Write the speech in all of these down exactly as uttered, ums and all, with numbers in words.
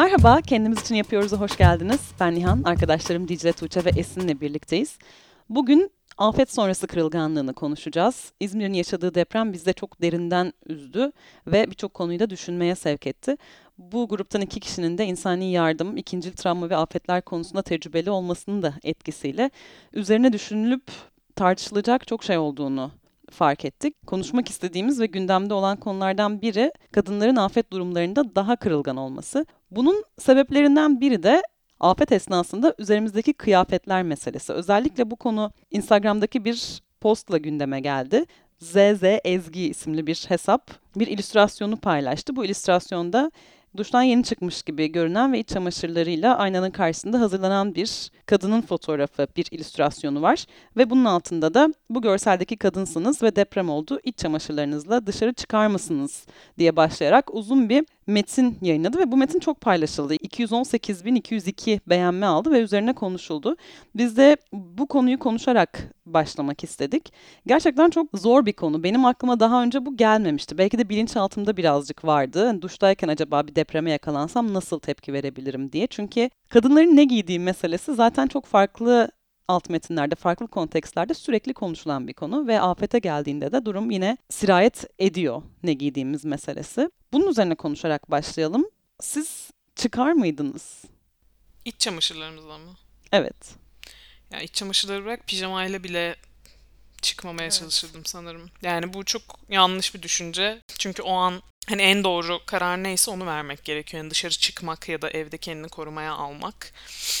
Merhaba, Kendimiz için Yapıyoruz'a hoş geldiniz. Ben Nihan, arkadaşlarım Dicle, Tuğçe ve Esin'le birlikteyiz. Bugün afet sonrası kırılganlığını konuşacağız. İzmir'in yaşadığı deprem bizi de çok derinden üzdü ve birçok konuyu da düşünmeye sevk etti. Bu gruptan iki kişinin de insani yardım, ikincil travma ve afetler konusunda tecrübeli olmasının da etkisiyle üzerine düşünülüp tartışılacak çok şey olduğunu fark ettik. Konuşmak istediğimiz ve gündemde olan konulardan biri kadınların afet durumlarında daha kırılgan olması. Bunun sebeplerinden biri de afet esnasında üzerimizdeki kıyafetler meselesi. Özellikle bu konu Instagram'daki bir postla gündeme geldi. Z Z Ezgi isimli bir hesap bir illüstrasyonu paylaştı. Bu illüstrasyonda duştan yeni çıkmış gibi görünen ve iç çamaşırlarıyla aynanın karşısında hazırlanan bir kadının fotoğrafı, bir illüstrasyonu var. Ve bunun altında da bu görseldeki kadınsınız ve deprem oldu, iç çamaşırlarınızla dışarı çıkar mısınız diye başlayarak uzun bir metin yayınladı ve bu metin çok paylaşıldı. iki yüz on sekiz bin iki yüz iki beğenme aldı ve üzerine konuşuldu. Biz de bu konuyu konuşarak başlamak istedik. Gerçekten çok zor bir konu. Benim aklıma daha önce bu gelmemişti. Belki de bilinçaltımda birazcık vardı. Hani duştayken acaba bir depreme yakalansam nasıl tepki verebilirim diye. Çünkü kadınların ne giydiği meselesi zaten çok farklı alt metinlerde, farklı kontekstlerde sürekli konuşulan bir konu ve afete geldiğinde de durum yine sirayet ediyor ne giydiğimiz meselesi. Bunun üzerine konuşarak başlayalım. Siz çıkar mıydınız? İç çamaşırlarımızla mı? Evet. Ya iç çamaşırları bırak pijamayla bile çıkmamaya Evet. çalışırdım sanırım. Yani bu çok yanlış bir düşünce. Çünkü o an hani en doğru karar neyse onu vermek gerekiyor. Yani dışarı çıkmak ya da evde kendini korumaya almak.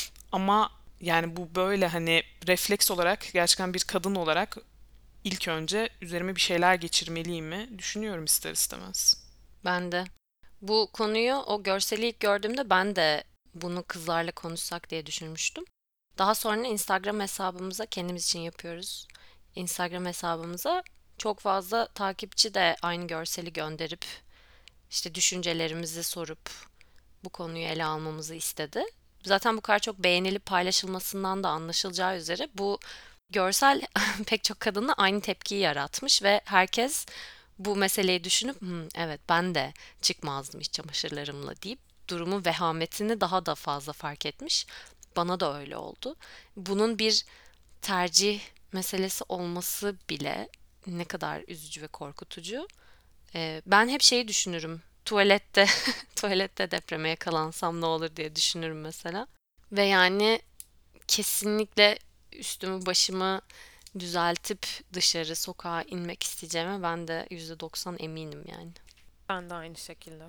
Ama yani bu böyle hani refleks olarak gerçekten bir kadın olarak ilk önce üzerime bir şeyler geçirmeliyim mi düşünüyorum ister istemez. Ben de. Bu konuyu o görseli ilk gördüğümde ben de bunu kızlarla konuşsak diye düşünmüştüm. Daha sonra Instagram hesabımıza kendimiz için yapıyoruz. Instagram hesabımıza çok fazla takipçi de aynı görseli gönderip işte düşüncelerimizi sorup bu konuyu ele almamızı istedi. Zaten bu kadar çok beğenilip paylaşılmasından da anlaşılacağı üzere bu görsel pek çok kadınla aynı tepkiyi yaratmış ve herkes bu meseleyi düşünüp "Hmm, evet ben de çıkmazdım iç çamaşırlarımla" deyip durumun vehametini daha da fazla fark etmiş. Bana da öyle oldu. Bunun bir tercih meselesi olması bile ne kadar üzücü ve korkutucu. Ee, ben hep şeyi düşünürüm. Tuvalette, tuvalette depreme yakalansam ne olur diye düşünürüm mesela. Ve yani kesinlikle üstümü başımı düzeltip dışarı sokağa inmek isteyeceğime ben de yüzde doksan eminim yani. Ben de aynı şekilde.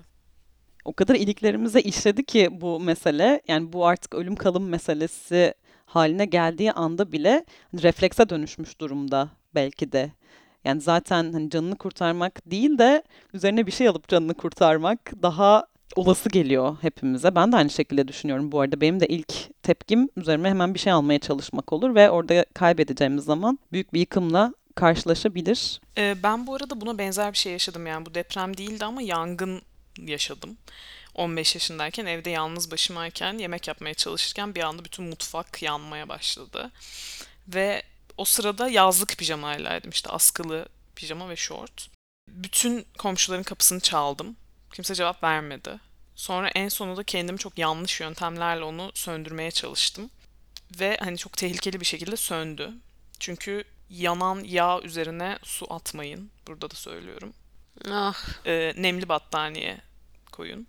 O kadar iliklerimize işledi ki bu mesele. Yani bu artık ölüm kalım meselesi haline geldiği anda bile hani reflekse dönüşmüş durumda belki de. Yani zaten hani canını kurtarmak değil de üzerine bir şey alıp canını kurtarmak daha olası geliyor hepimize. Ben de aynı şekilde düşünüyorum bu arada. Benim de ilk tepkim üzerime hemen bir şey almaya çalışmak olur ve orada kaybedeceğimiz zaman büyük bir yıkımla karşılaşabilir. Ee, ben bu arada buna benzer bir şey yaşadım. Yani bu deprem değildi ama yangın yaşadım. on beş yaşındayken evde yalnız başımayken yemek yapmaya çalışırken bir anda bütün mutfak yanmaya başladı. Ve o sırada yazlık pijamaylaydım, işte askılı pijama ve şort. Bütün komşuların kapısını çaldım. Kimse cevap vermedi. Sonra en sonunda kendimi çok yanlış yöntemlerle onu söndürmeye çalıştım. Ve hani çok tehlikeli bir şekilde söndü. Çünkü yanan yağ üzerine su atmayın. Burada da söylüyorum. Ah, Ee, nemli battaniye koyun.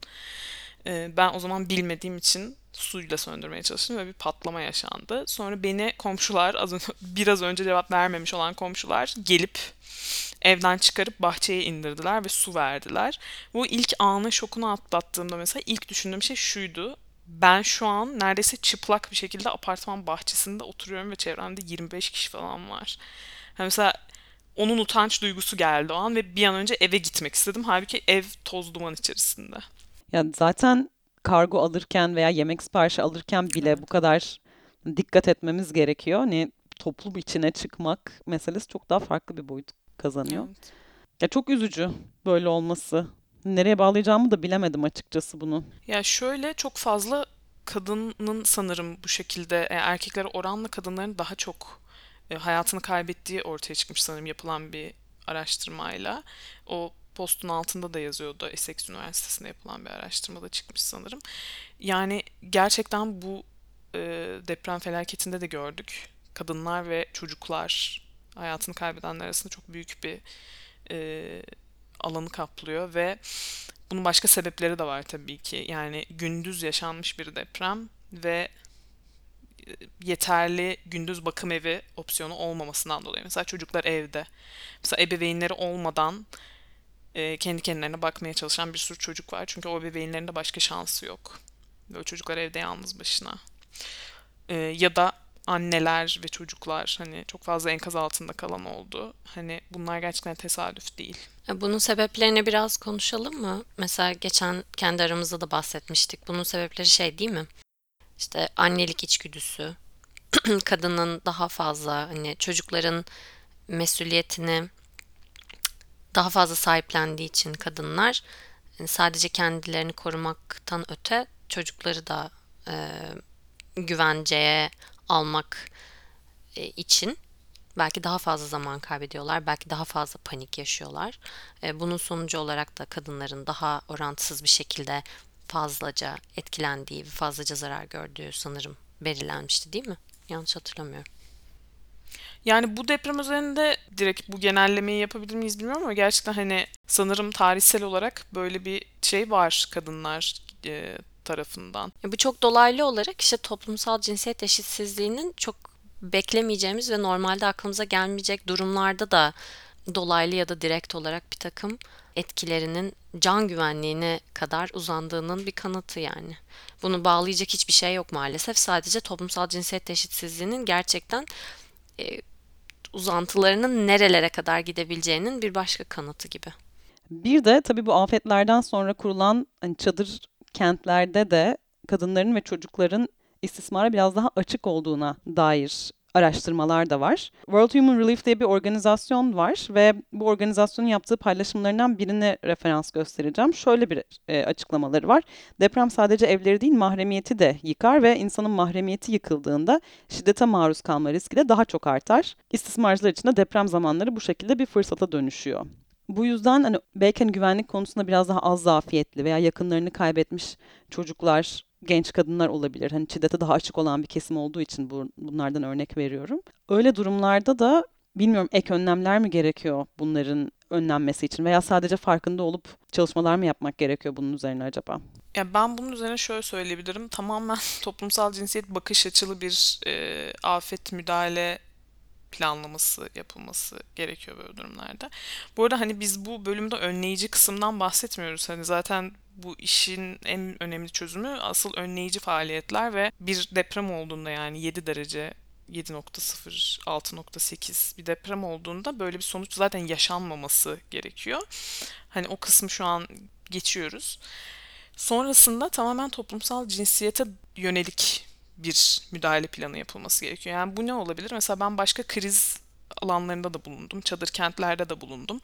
Ee, ben o zaman bilmediğim için suyla söndürmeye çalıştım ve bir patlama yaşandı. Sonra beni komşular, az önce, biraz önce cevap vermemiş olan komşular gelip evden çıkarıp bahçeye indirdiler ve su verdiler. Bu ilk anın şokunu atlattığımda mesela ilk düşündüğüm şey şuydu. Ben şu an neredeyse çıplak bir şekilde apartman bahçesinde oturuyorum ve çevremde yirmi beş kişi falan var. Ha mesela onun utanç duygusu geldi o an ve bir an önce eve gitmek istedim. Halbuki ev toz duman içerisinde. Ya zaten kargo alırken veya yemek siparişi alırken bile bu Evet. kadar dikkat etmemiz gerekiyor. Hani toplum içine çıkmak meselesi çok daha farklı bir boyut kazanıyor. Evet. Ya çok üzücü böyle olması. Nereye bağlayacağımı da bilemedim açıkçası bunu. Ya şöyle çok fazla kadının sanırım bu şekilde e, erkeklere oranla kadınların daha çok e, hayatını kaybettiği ortaya çıkmış sanırım yapılan bir araştırmayla. O postun altında da yazıyordu. Essex Üniversitesi'nde yapılan bir araştırmada çıkmış sanırım. Yani gerçekten bu e, deprem felaketinde de gördük. Kadınlar ve çocuklar hayatını kaybedenler arasında çok büyük bir e, alanı kaplıyor ve bunun başka sebepleri de var tabii ki. Yani gündüz yaşanmış bir deprem ve yeterli gündüz bakım evi opsiyonu olmamasından dolayı. Mesela çocuklar evde. Mesela ebeveynleri olmadan e, kendi kendilerine bakmaya çalışan bir sürü çocuk var. Çünkü o ebeveynlerin de başka şansı yok. Ve o çocuklar evde yalnız başına. E, ya da anneler ve çocuklar hani çok fazla enkaz altında kalan oldu. Hani bunlar gerçekten tesadüf değil. E, Bunun sebeplerini biraz konuşalım mı? Mesela geçen kendi aramızda da bahsetmiştik. Bunun sebepleri şey değil mi? İşte annelik içgüdüsü, kadının daha fazla hani çocukların mesuliyetini daha fazla sahiplendiği için kadınlar yani sadece kendilerini korumaktan öte çocukları da e, güvenceye almak e, için belki daha fazla zaman kaybediyorlar, belki daha fazla panik yaşıyorlar. E, bunun sonucu olarak da kadınların daha orantısız bir şekilde fazlaca etkilendiği ve fazlaca zarar gördüğü sanırım belirlenmişti, değil mi? Yanlış hatırlamıyorum. Yani bu deprem üzerinde direkt bu genellemeyi yapabilir miyiz bilmiyorum ama gerçekten hani sanırım tarihsel olarak böyle bir şey var kadınlar e, tarafından. Ya bu çok dolaylı olarak işte toplumsal cinsiyet eşitsizliğinin çok beklemeyeceğimiz ve normalde aklımıza gelmeyecek durumlarda da dolaylı ya da direkt olarak bir takım etkilerinin can güvenliğine kadar uzandığının bir kanıtı yani. Bunu bağlayacak hiçbir şey yok maalesef. Sadece toplumsal cinsiyet eşitsizliğinin gerçekten e, uzantılarının nerelere kadar gidebileceğinin bir başka kanıtı gibi. Bir de tabii bu afetlerden sonra kurulan hani çadır kentlerde de kadınların ve çocukların istismara biraz daha açık olduğuna dair araştırmalar da var. World Human Relief diye bir organizasyon var ve bu organizasyonun yaptığı paylaşımlarından birine referans göstereceğim. Şöyle bir e, açıklamaları var. Deprem sadece evleri değil mahremiyeti de yıkar ve insanın mahremiyeti yıkıldığında şiddete maruz kalma riski de daha çok artar. İstismarcılar için de deprem zamanları bu şekilde bir fırsata dönüşüyor. Bu yüzden hani belki hani güvenlik konusunda biraz daha az zafiyetli veya yakınlarını kaybetmiş çocuklar, genç kadınlar olabilir. Hani şiddete daha açık olan bir kesim olduğu için bu, bunlardan örnek veriyorum. Öyle durumlarda da bilmiyorum ek önlemler mi gerekiyor bunların önlenmesi için veya sadece farkında olup çalışmalar mı yapmak gerekiyor bunun üzerine acaba? Ya ben bunun üzerine şöyle söyleyebilirim. Tamamen toplumsal cinsiyet bakış açılı bir e, afet müdahale planlaması yapılması gerekiyor böyle durumlarda. Bu arada hani biz bu bölümde önleyici kısımdan bahsetmiyoruz. Hani zaten bu işin en önemli çözümü asıl önleyici faaliyetler ve bir deprem olduğunda yani yedi derece yedi nokta sıfır altı nokta sekiz bir deprem olduğunda böyle bir sonuç zaten yaşanmaması gerekiyor. Hani o kısmı şu an geçiyoruz. Sonrasında tamamen toplumsal cinsiyete yönelik bir müdahale planı yapılması gerekiyor. Yani bu ne olabilir? Mesela ben başka kriz alanlarında da bulundum. Çadır kentlerde de bulundum.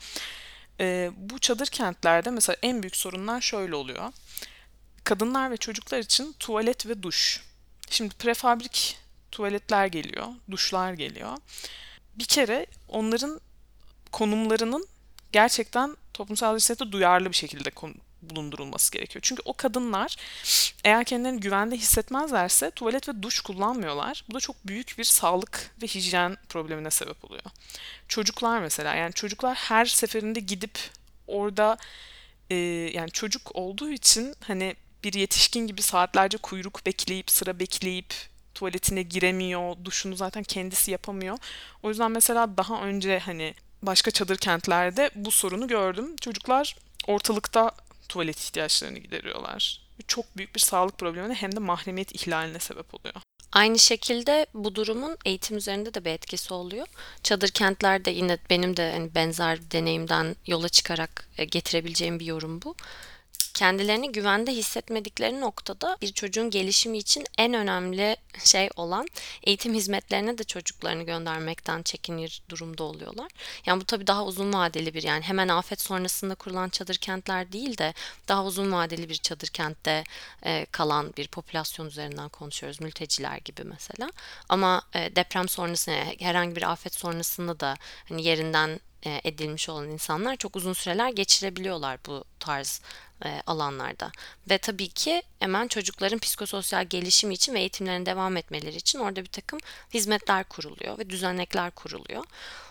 Ee, bu çadır kentlerde mesela en büyük sorunlar şöyle oluyor. Kadınlar ve çocuklar için tuvalet ve duş. Şimdi prefabrik tuvaletler geliyor, duşlar geliyor. Bir kere onların konumlarının gerçekten toplumsal cinsiyete duyarlı bir şekilde kon- bulundurulması gerekiyor. Çünkü o kadınlar eğer kendilerini güvende hissetmezlerse tuvalet ve duş kullanmıyorlar. Bu da çok büyük bir sağlık ve hijyen problemine sebep oluyor. Çocuklar mesela yani çocuklar her seferinde gidip orada e, yani çocuk olduğu için hani bir yetişkin gibi saatlerce kuyruk bekleyip sıra bekleyip tuvaletine giremiyor, duşunu zaten kendisi yapamıyor. O yüzden mesela daha önce hani başka çadır kentlerde bu sorunu gördüm. Çocuklar ortalıkta tuvalet ihtiyaçlarını gideriyorlar. Çok büyük bir sağlık problemine hem de mahremiyet ihlaline sebep oluyor. Aynı şekilde bu durumun eğitim üzerinde de bir etkisi oluyor. Çadır kentlerde yine benim de hani benzer deneyimden yola çıkarak e, getirebileceğim bir yorum bu. Kendilerini güvende hissetmedikleri noktada bir çocuğun gelişimi için en önemli şey olan eğitim hizmetlerine de çocuklarını göndermekten çekinir durumda oluyorlar. Yani bu tabii daha uzun vadeli bir yani hemen afet sonrasında kurulan çadır kentler değil de daha uzun vadeli bir çadır kentte e, kalan bir popülasyon üzerinden konuşuyoruz. Mülteciler gibi mesela. Ama e, deprem sonrasında herhangi bir afet sonrasında da hani yerinden e, edilmiş olan insanlar çok uzun süreler geçirebiliyorlar bu tarz e, alanlarda. Ve tabii ki hemen çocukların psikososyal gelişimi için ve eğitimlerine devam etmeleri için orada bir takım hizmetler kuruluyor ve düzenekler kuruluyor.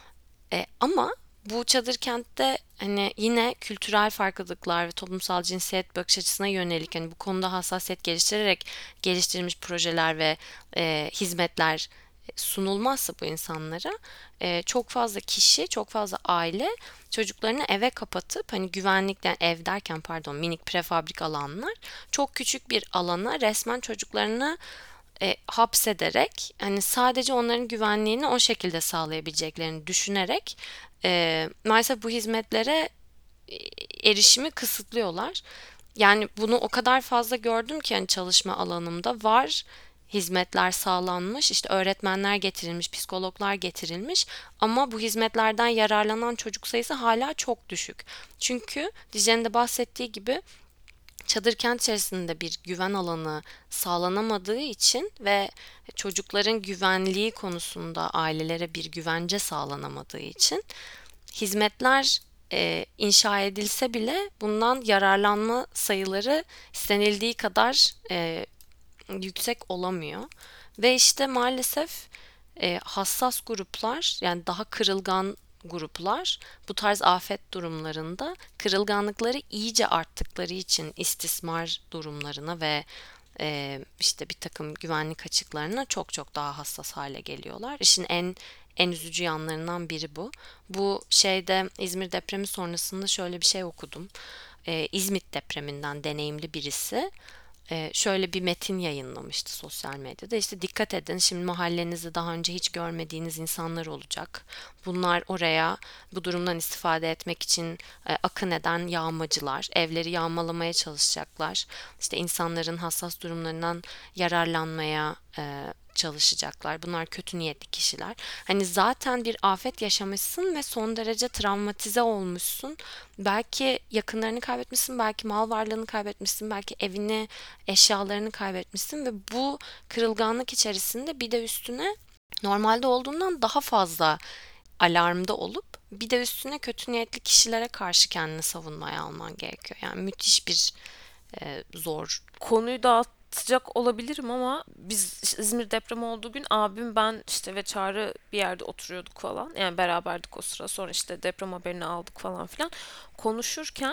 E, ama bu çadır kentte hani yine kültürel farklılıklar ve toplumsal cinsiyet bakış açısına yönelik hani bu konuda hassasiyet geliştirerek geliştirilmiş projeler ve e, hizmetler sunulmazsa bu insanlara e, çok fazla kişi, çok fazla aile çocuklarını eve kapatıp hani güvenlikten ev derken pardon minik prefabrik alanlar çok küçük bir alana resmen çocuklarını e, hapsederek hani sadece onların güvenliğini o şekilde sağlayabileceklerini düşünerek e, maalesef bu hizmetlere e, erişimi kısıtlıyorlar. Yani bunu o kadar fazla gördüm ki hani çalışma alanımda var hizmetler sağlanmış, işte öğretmenler getirilmiş, psikologlar getirilmiş ama bu hizmetlerden yararlanan çocuk sayısı hala çok düşük. Çünkü Dicle'nin de bahsettiği gibi çadır kent içerisinde bir güven alanı sağlanamadığı için ve çocukların güvenliği konusunda ailelere bir güvence sağlanamadığı için hizmetler e, inşa edilse bile bundan yararlanma sayıları istenildiği kadar e, yüksek olamıyor. Ve işte maalesef e, hassas gruplar yani daha kırılgan gruplar bu tarz afet durumlarında kırılganlıkları iyice arttıkları için istismar durumlarına ve e, işte bir takım güvenlik açıklarına çok çok daha hassas hale geliyorlar. İşin en en üzücü yanlarından biri bu. Bu şeyde İzmir depremi sonrasında şöyle bir şey okudum. E, İzmit depreminden deneyimli birisi e, şöyle bir metin yayınlamıştı sosyal medyada. İşte dikkat edin, şimdi mahallenizde daha önce hiç görmediğiniz insanlar olacak. Bunlar oraya bu durumdan istifade etmek için e, akın eden yağmacılar, evleri yağmalamaya çalışacaklar. İşte insanların hassas durumlarından yararlanmaya e, çalışacaklar. Bunlar kötü niyetli kişiler. Hani zaten bir afet yaşamışsın ve son derece travmatize olmuşsun. Belki yakınlarını kaybetmişsin, belki mal varlığını kaybetmişsin, belki evini, eşyalarını kaybetmişsin ve bu kırılganlık içerisinde bir de üstüne normalde olduğundan daha fazla alarmda olup bir de üstüne kötü niyetli kişilere karşı kendini savunmaya alman gerekiyor. Yani müthiş bir e, zor. Konuyu dağıtacak olabilirim ama biz işte İzmir depremi olduğu gün abim ben işte ve Çağrı bir yerde oturuyorduk falan. Yani beraberdik o sıra. Sonra işte deprem haberini aldık falan filan. Konuşurken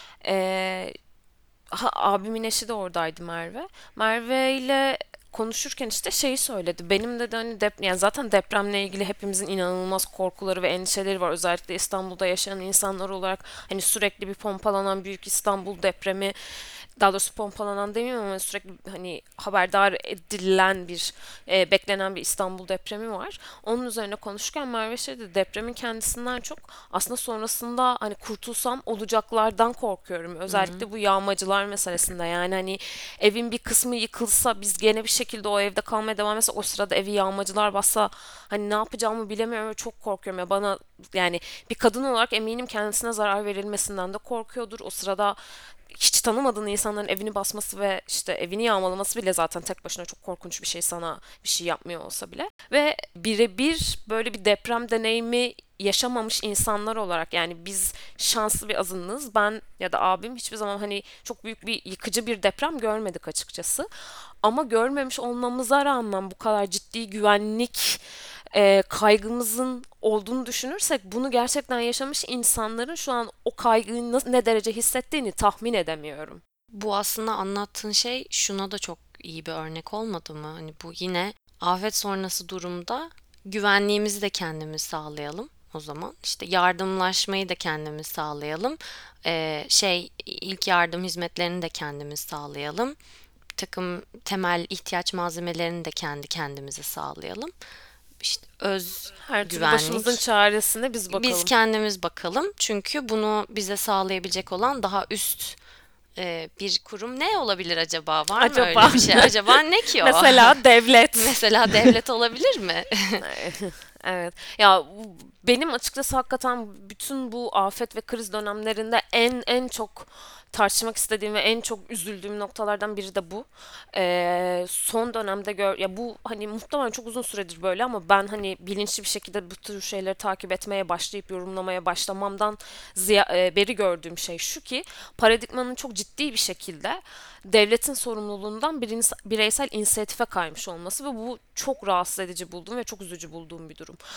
eee, ha, abimin eşi de oradaydı Merve. Merve ile konuşurken işte şeyi söyledi. Benim de hani dep yani zaten depremle ilgili hepimizin inanılmaz korkuları ve endişeleri var. Özellikle İstanbul'da yaşayan insanlar olarak hani sürekli bir pompalanan büyük İstanbul depremi, daha doğrusu pompalanan demiyorum ama sürekli hani haberdar edilen bir e, beklenen bir İstanbul depremi var. Onun üzerine konuşurken Merve şey dedi, depremin kendisinden çok aslında sonrasında hani kurtulsam olacaklardan korkuyorum. Hı hı. Özellikle bu yağmacılar meselesinde yani hani evin bir kısmı yıkılsa biz gene bir şekilde o evde kalmaya devam etse o sırada evi yağmacılar bassa hani ne yapacağımı bilemiyorum ve çok korkuyorum ya bana yani bir kadın olarak eminim kendisine zarar verilmesinden de korkuyordur. O sırada hiç tanımadığın insanların evini basması ve işte evini yağmalaması bile zaten tek başına çok korkunç bir şey sana bir şey yapmıyor olsa bile. Ve birebir böyle bir deprem deneyimi yaşamamış insanlar olarak yani biz şanslı bir azınlığız. Ben ya da abim hiçbir zaman hani çok büyük bir yıkıcı bir deprem görmedik açıkçası. Ama görmemiş olmamıza rağmen bu kadar ciddi güvenlik e, kaygımızın olduğunu düşünürsek bunu gerçekten yaşamış insanların şu an o kaygıyı nas- ne derece hissettiğini tahmin edemiyorum. Bu aslında anlattığın şey şuna da çok iyi bir örnek olmadı mı? Hani bu yine afet sonrası durumda güvenliğimizi de kendimiz sağlayalım o zaman. İşte yardımlaşmayı da kendimiz sağlayalım. Ee, şey ilk yardım hizmetlerini de kendimiz sağlayalım. Bir takım temel ihtiyaç malzemelerini de kendi kendimize sağlayalım. İşte öz Her türlü başımızın güvenlik. çaresine biz Biz bakalım. kendimiz bakalım. Çünkü bunu bize sağlayabilecek olan daha üst e, bir kurum ne olabilir acaba? Var mı Acaba öyle bir şey? Acaba ne ki o? mesela devlet. Mesela devlet olabilir mi? Evet. Ya benim açıkçası hakikaten bütün bu afet ve kriz dönemlerinde en en çok tartışmak istediğim ve en çok üzüldüğüm noktalardan biri de bu. Ee, son dönemde gör ya bu hani muhtemelen çok uzun süredir böyle ama ben hani bilinçli bir şekilde bu tür şeyleri takip etmeye başlayıp yorumlamaya başlamamdan ziya- e, beri gördüğüm şey şu ki paradigmanın çok ciddi bir şekilde devletin sorumluluğundan birin- bireysel inisiyatife kaymış olması ve bu çok rahatsız edici bulduğum ve çok üzücü bulduğum bir durum.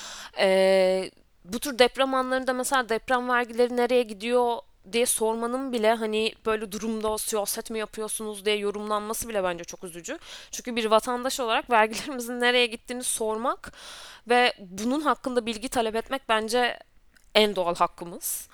Ee, Bu tür deprem anlarında mesela deprem vergileri nereye gidiyor diye sormanın bile hani böyle durumda siyaset mi yapıyorsunuz diye yorumlanması bile bence çok üzücü. Çünkü bir vatandaş olarak vergilerimizin nereye gittiğini sormak ve bunun hakkında bilgi talep etmek bence en doğal hakkımız.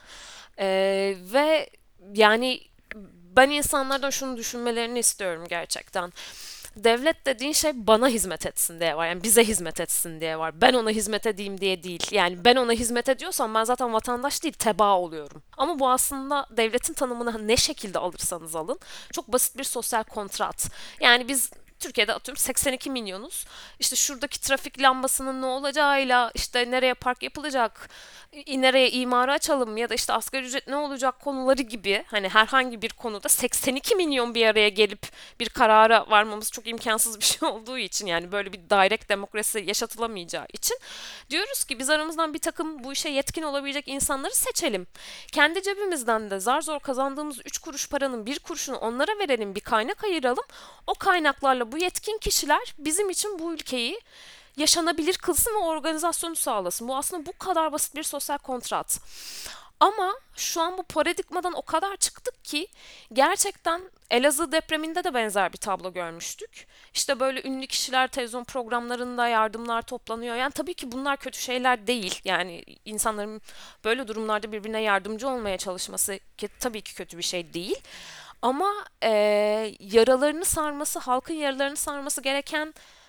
Ee, ve yani ben insanlardan şunu düşünmelerini istiyorum gerçekten. Devlet dediğin şey bana hizmet etsin diye var. Yani bize hizmet etsin diye var. Ben ona hizmet edeyim diye değil. Yani ben ona hizmet ediyorsam ben zaten vatandaş değil, tebaa oluyorum. Ama bu aslında devletin tanımını ne şekilde alırsanız alın. Çok basit bir sosyal kontrat. Yani biz Türkiye'de atıyorum seksen iki milyonuz. İşte şuradaki trafik lambasının ne olacağıyla, işte nereye park yapılacak, i- nereye imarı açalım ya da işte asgari ücret ne olacak konuları gibi hani herhangi bir konuda seksen iki milyon bir araya gelip bir karara varmamız çok imkansız bir şey olduğu için yani böyle bir direkt demokrasi yaşatılamayacağı için diyoruz ki biz aramızdan bir takım bu işe yetkin olabilecek insanları seçelim. Kendi cebimizden de zar zor kazandığımız üç kuruş paranın bir kuruşunu onlara verelim, bir kaynak ayıralım. O kaynaklarla bu yetkin kişiler bizim için bu ülkeyi yaşanabilir kılsın ve organizasyonu sağlasın. Bu aslında bu kadar basit bir sosyal kontrat. Ama şu an bu paradigmadan o kadar çıktık ki gerçekten Elazığ depreminde de benzer bir tablo görmüştük. İşte böyle ünlü kişiler televizyon programlarında yardımlar toplanıyor. Yani tabii ki bunlar kötü şeyler değil. Yani insanların böyle durumlarda birbirine yardımcı olmaya çalışması ki tabii ki kötü bir şey değil. Ama eee, yaralarını sarması, halkın yaralarını sarması gereken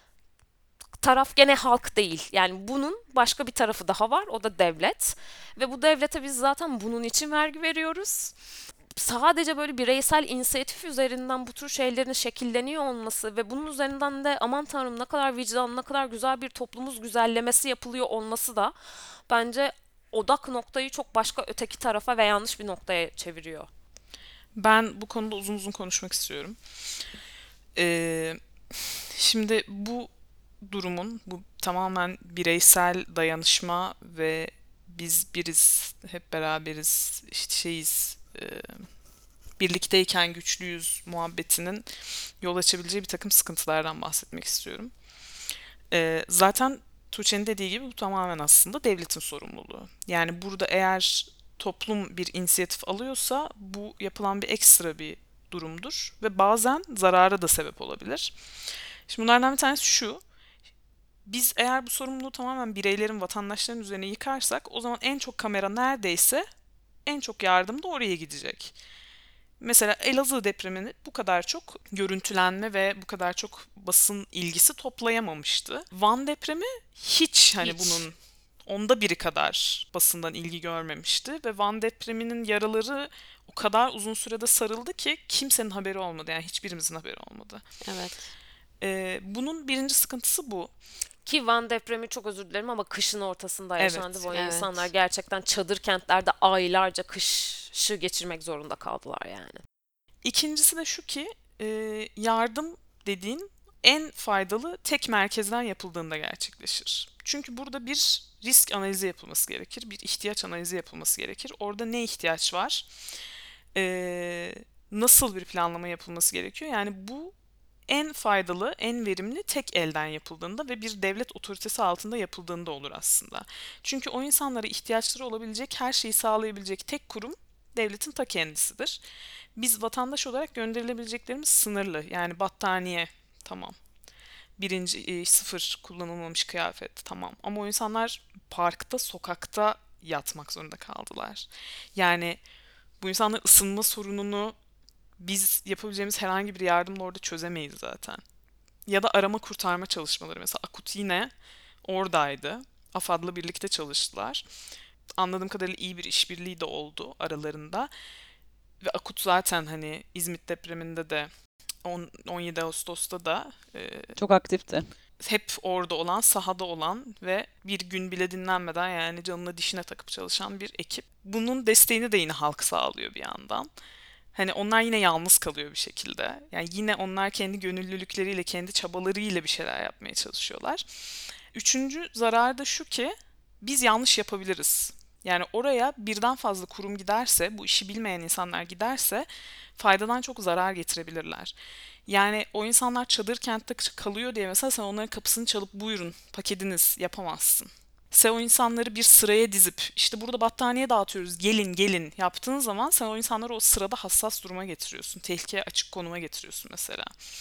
taraf gene halk değil. Yani bunun başka bir tarafı daha var. O da devlet. Ve bu devlete biz zaten bunun için vergi veriyoruz. Sadece böyle bireysel inisiyatif üzerinden bu tür şeylerin şekilleniyor olması ve bunun üzerinden de aman tanrım ne kadar vicdanlı, ne kadar güzel bir toplumuz güzellemesi yapılıyor olması da bence odak noktayı çok başka öteki tarafa ve yanlış bir noktaya çeviriyor. Ben bu konuda uzun uzun konuşmak istiyorum. Ee, Şimdi bu durumun, bu tamamen bireysel dayanışma ve biz biriz, hep beraberiz, işte şeyiz, e, birlikteyken güçlüyüz muhabbetinin yol açabileceği bir takım sıkıntılardan bahsetmek istiyorum. Ee, zaten Tuğçe'nin dediği gibi bu tamamen aslında devletin sorumluluğu. Yani burada eğer toplum bir inisiyatif alıyorsa bu yapılan bir ekstra bir durumdur ve bazen zarara da sebep olabilir. Şimdi bunlardan bir tanesi şu. Biz eğer bu sorumluluğu tamamen bireylerin, vatandaşların üzerine yıkarsak o zaman en çok kamera neredeyse en çok yardım da oraya gidecek. Mesela Elazığ depremini bu kadar çok görüntülenme ve bu kadar çok basın ilgisi toplayamamıştı. Van depremi hiç hani Hiç. bunun onda biri kadar basından ilgi görmemişti ve Van depreminin yaraları o kadar uzun sürede sarıldı ki kimsenin haberi olmadı. Yani hiçbirimizin haberi olmadı. Evet. Ee, bunun birinci sıkıntısı bu. Ki Van depremi çok özür dilerim ama kışın ortasında yaşandı. Evet. Bu insanlar Evet. gerçekten çadır kentlerde aylarca kışı geçirmek zorunda kaldılar yani. İkincisi de şu ki e, yardım dediğin en faydalı tek merkezden yapıldığında gerçekleşir. Çünkü burada bir risk analizi yapılması gerekir, bir ihtiyaç analizi yapılması gerekir. Orada ne ihtiyaç var, e, nasıl bir planlama yapılması gerekiyor? Yani bu en faydalı, en verimli tek elden yapıldığında ve bir devlet otoritesi altında yapıldığında olur aslında. Çünkü o insanlara ihtiyaçları olabilecek her şeyi sağlayabilecek tek kurum devletin ta kendisidir. Biz vatandaş olarak gönderilebileceklerimiz sınırlı. Yani battaniye tamam. Birinci e, sıfır kullanılmamış kıyafet tamam. Ama o insanlar parkta, sokakta yatmak zorunda kaldılar. Yani bu insanların ısınma sorununu biz yapabileceğimiz herhangi bir yardımla orada çözemeyiz zaten. Ya da arama kurtarma çalışmaları mesela Akut yine oradaydı. AFAD'la birlikte çalıştılar. Anladığım kadarıyla iyi bir işbirliği de oldu aralarında. Ve Akut zaten hani İzmit depreminde de on, on yedi Ağustos'ta da e, Çok aktifti. hep orada olan, sahada olan ve bir gün bile dinlenmeden yani canına dişine takıp çalışan bir ekip. Bunun desteğini de yine halk sağlıyor bir yandan. Hani onlar yine yalnız kalıyor bir şekilde. Yani yine onlar kendi gönüllülükleriyle, kendi çabalarıyla bir şeyler yapmaya çalışıyorlar. Üçüncü zarar da şu ki biz yanlış yapabiliriz. Yani oraya birden fazla kurum giderse, bu işi bilmeyen insanlar giderse faydadan çok zarar getirebilirler. Yani o insanlar çadır kentte kalıyor diye mesela sen onların kapısını çalıp buyurun paketiniz yapamazsın. Sen o insanları bir sıraya dizip işte burada battaniye dağıtıyoruz gelin gelin yaptığın zaman sen o insanları o sırada hassas duruma getiriyorsun. Tehlikeye açık konuma getiriyorsun mesela.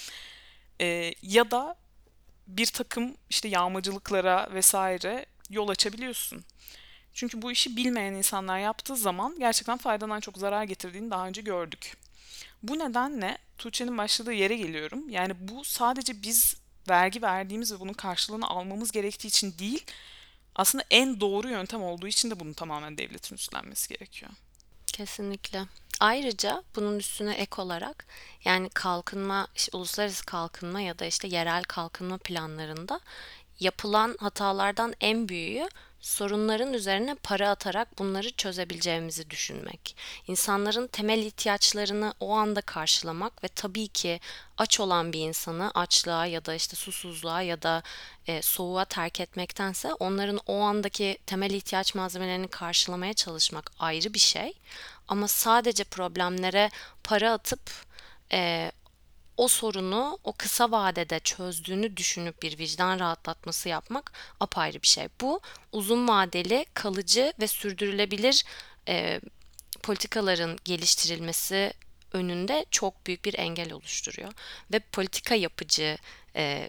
Ee, ya da bir takım işte yağmacılıklara vesaire yol açabiliyorsun. Çünkü bu işi bilmeyen insanlar yaptığı zaman gerçekten faydadan çok zarar getirdiğini daha önce gördük. Bu nedenle Tuğçe'nin başladığı yere geliyorum. Yani bu sadece biz vergi verdiğimiz ve bunun karşılığını almamız gerektiği için değil, aslında en doğru yöntem olduğu için de bunun tamamen devletin üstlenmesi gerekiyor. Kesinlikle. Ayrıca bunun üstüne ek olarak yani kalkınma, işte uluslararası kalkınma ya da işte yerel kalkınma planlarında yapılan hatalardan en büyüğü sorunların üzerine para atarak bunları çözebileceğimizi düşünmek. İnsanların temel ihtiyaçlarını o anda karşılamak ve tabii ki aç olan bir insanı açlığa ya da işte susuzluğa ya da e, soğuğa terk etmektense onların o andaki temel ihtiyaç malzemelerini karşılamaya çalışmak ayrı bir şey. Ama sadece problemlere para atıp e, o sorunu o kısa vadede çözdüğünü düşünüp bir vicdan rahatlatması yapmak apayrı bir şey. Bu uzun vadeli, kalıcı ve sürdürülebilir e, politikaların geliştirilmesi önünde çok büyük bir engel oluşturuyor. Ve politika yapıcı e,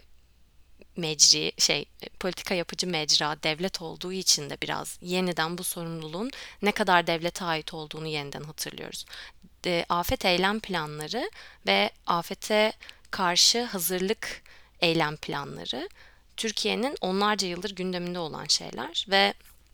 mecri şey politika yapıcı mecra devlet olduğu için de biraz yeniden bu sorumluluğun ne kadar devlete ait olduğunu yeniden hatırlıyoruz. De, afet eylem planları ve afete karşı hazırlık eylem planları Türkiye'nin onlarca yıldır gündeminde olan şeyler ve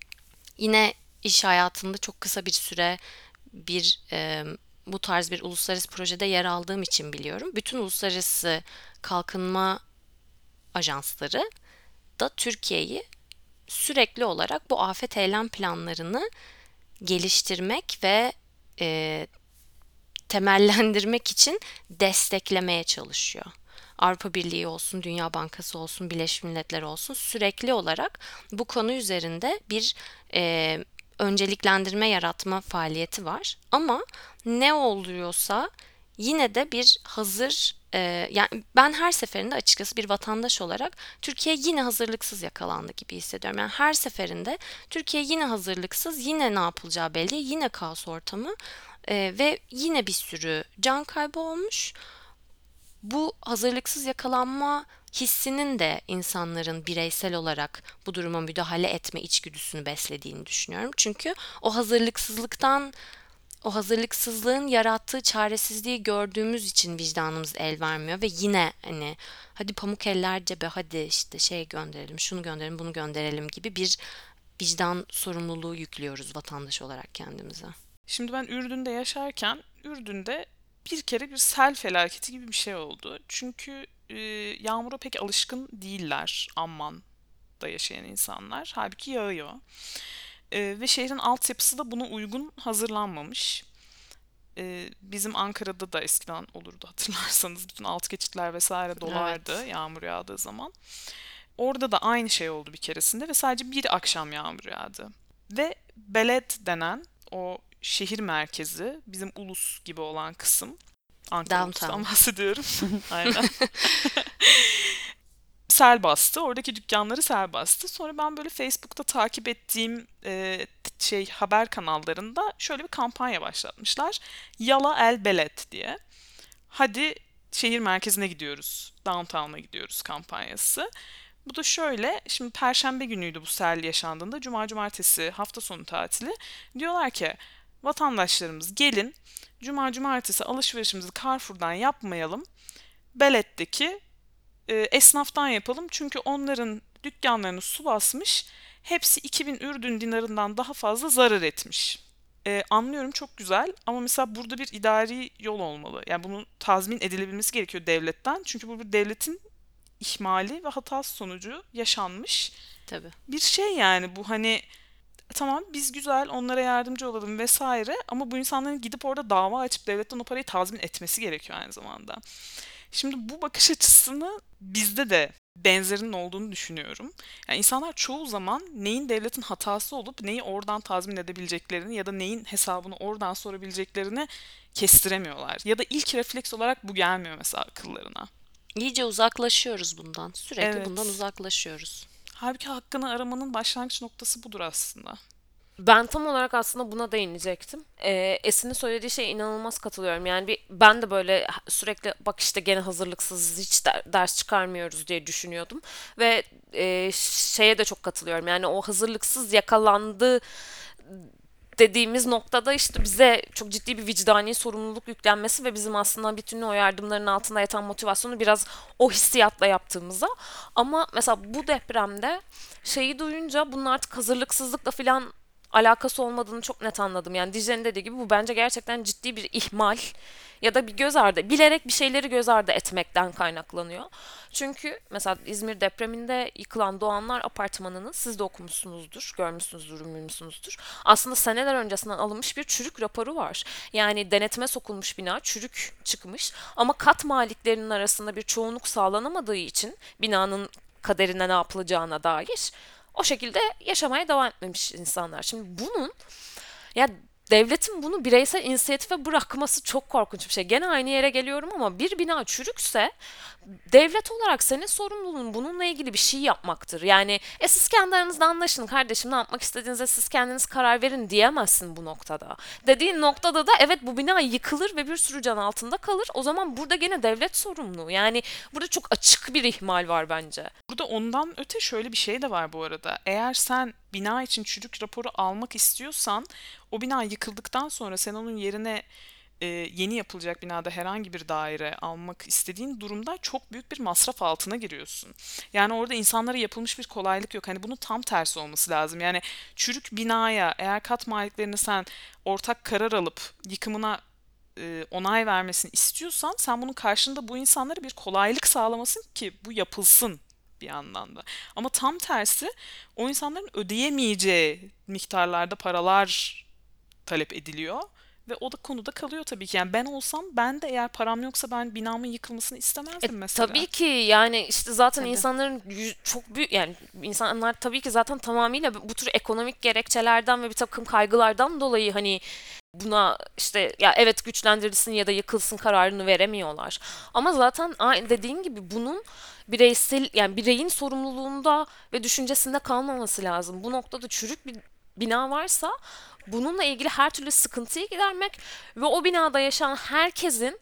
yine iş hayatında çok kısa bir süre bir e, bu tarz bir uluslararası projede yer aldığım için biliyorum. Bütün uluslararası kalkınma ajansları da Türkiye'yi sürekli olarak bu afet eylem planlarını geliştirmek ve e, temellendirmek için desteklemeye çalışıyor. Avrupa Birliği olsun, Dünya Bankası olsun, Birleşmiş Milletler olsun sürekli olarak bu konu üzerinde bir e, önceliklendirme yaratma faaliyeti var. Ama ne oluyorsa yine de bir hazır e, yani ben her seferinde açıkçası bir vatandaş olarak Türkiye yine hazırlıksız yakalandı gibi hissediyorum. Yani her seferinde Türkiye yine hazırlıksız, yine ne yapılacağı belli, yine kaos ortamı e, ve yine bir sürü can kaybı olmuş. Bu hazırlıksız yakalanma hissinin de insanların bireysel olarak bu duruma müdahale etme içgüdüsünü beslediğini düşünüyorum. Çünkü o hazırlıksızlıktan, o hazırlıksızlığın yarattığı çaresizliği gördüğümüz için vicdanımız el vermiyor ve yine hani hadi pamuk eller cebe, hadi işte şey gönderelim, şunu gönderelim, bunu gönderelim gibi bir vicdan sorumluluğu yüklüyoruz vatandaş olarak kendimize. Şimdi ben Ürdün'de yaşarken Ürdün'de bir kere bir sel felaketi gibi bir şey oldu. Çünkü e, yağmura pek alışkın değiller Amman'da yaşayan insanlar. Halbuki yağıyor. E, ve şehrin altyapısı da buna uygun hazırlanmamış. E, bizim Ankara'da da eskiden olurdu hatırlarsanız. Bütün alt geçitler vesaire dolardı Evet. yağmur yağdığı zaman. Orada da aynı şey oldu bir keresinde ve sadece bir akşam yağmur yağdı. Ve Beled denen o şehir merkezi, bizim Ulus gibi olan kısım, Ankara Ulus'tan Downtown. bahsediyorum. Aynen. Sel bastı. Oradaki dükkanları sel bastı. Sonra ben böyle Facebook'ta takip ettiğim e, t- şey haber kanallarında şöyle bir kampanya başlatmışlar. Yala el Beled diye. Hadi şehir merkezine gidiyoruz, downtown'a gidiyoruz kampanyası. Bu da şöyle, şimdi Perşembe günüydü bu sel yaşandığında, Cuma, Cumartesi hafta sonu tatili. Diyorlar ki vatandaşlarımız gelin, Cuma, Cumartesi alışverişimizi Carrefour'dan yapmayalım, Beled'deki e, esnaftan yapalım. Çünkü onların dükkanlarını su basmış, hepsi iki bin Ürdün dinarından daha fazla zarar etmiş. Ee, anlıyorum çok güzel ama mesela burada bir idari yol olmalı. Yani bunun tazmin edilebilmesi gerekiyor devletten. Çünkü bu bir devletin ihmali ve hatası sonucu yaşanmış Tabii. bir şey yani bu hani Tamam biz güzel onlara yardımcı olalım vesaire ama bu insanların gidip orada dava açıp devletten o parayı tazmin etmesi gerekiyor aynı zamanda. Şimdi bu bakış açısını bizde de benzerinin olduğunu düşünüyorum. Yani insanlar çoğu zaman neyin devletin hatası olup neyi oradan tazmin edebileceklerini ya da neyin hesabını oradan sorabileceklerini kestiremiyorlar. Ya da ilk refleks olarak bu gelmiyor mesela akıllarına. İyice uzaklaşıyoruz bundan. Sürekli bundan Evet. uzaklaşıyoruz. Halbuki hakkını aramanın başlangıç noktası budur aslında. Ben tam olarak aslında buna değinecektim. Ee, Esin'in söylediği şeye inanılmaz katılıyorum. Yani bir, ben de böyle sürekli bak işte gene hazırlıksız hiç der- ders çıkarmıyoruz diye düşünüyordum. Ve e, şeye de çok katılıyorum. Yani o hazırlıksız yakalandı dediğimiz noktada işte bize çok ciddi bir vicdani sorumluluk yüklenmesi ve bizim aslında bütün o yardımların altında yatan motivasyonu biraz o hissiyatla yaptığımıza. Ama mesela bu depremde şeyi duyunca bunun artık hazırlıksızlıkla falan alakası olmadığını çok net anladım. Yani Dicle'nin dediği gibi bu bence gerçekten ciddi bir ihmal ya da bir göz ardı, bilerek bir şeyleri göz ardı etmekten kaynaklanıyor. Çünkü mesela İzmir depreminde yıkılan Doğanlar Apartmanı'nın siz de okumuşsunuzdur, görmüşsünüzdür, ümürmüşsünüzdür. Aslında seneler öncesinden alınmış bir çürük raporu var. Yani denetime sokulmuş bina çürük çıkmış ama kat maliklerinin arasında bir çoğunluk sağlanamadığı için binanın kaderine ne yapılacağına dair o şekilde yaşamaya devam etmemiş insanlar. Şimdi bunun ya devletin bunu bireysel inisiyatife bırakması çok korkunç bir şey. Gene aynı yere geliyorum ama bir bina çürükse devlet olarak senin sorumluluğun bununla ilgili bir şey yapmaktır. Yani e siz kendi aranızda anlaşın kardeşim ne yapmak istediğinize siz kendiniz karar verin diyemezsin bu noktada. Dediğin noktada da evet bu bina yıkılır ve bir sürü can altında kalır. O zaman burada gene devlet sorumlu. Yani burada çok açık bir ihmal var bence. Burada ondan öte şöyle bir şey de var bu arada. Eğer sen bina için çürük raporu almak istiyorsan o bina yıkıldıktan sonra sen onun yerine e, yeni yapılacak binada herhangi bir daire almak istediğin durumda çok büyük bir masraf altına giriyorsun. Yani orada insanlara yapılmış bir kolaylık yok. Hani bunun tam tersi olması lazım. Yani çürük binaya eğer kat maliklerini sen ortak karar alıp yıkımına e, onay vermesini istiyorsan sen bunun karşında bu insanlara bir kolaylık sağlamasın ki bu yapılsın bir yandan da. Ama tam tersi o insanların ödeyemeyeceği miktarlarda paralar talep ediliyor. Ve o da konuda kalıyor tabii ki. Yani ben olsam ben de eğer param yoksa ben binamın yıkılmasını E, istemezdim mesela. tabii ki yani işte zaten Tabii. insanların yü- çok büyük yani insanlar tabii ki zaten tamamıyla bu tür ekonomik gerekçelerden ve bir takım kaygılardan dolayı hani buna işte ya evet güçlendirilsin ya da yıkılsın kararını veremiyorlar. Ama zaten aynı dediğin gibi bunun bireysel yani bireyin sorumluluğunda ve düşüncesinde kalmaması lazım. Bu noktada çürük bir bina varsa bununla ilgili her türlü sıkıntıyı gidermek ve o binada yaşayan herkesin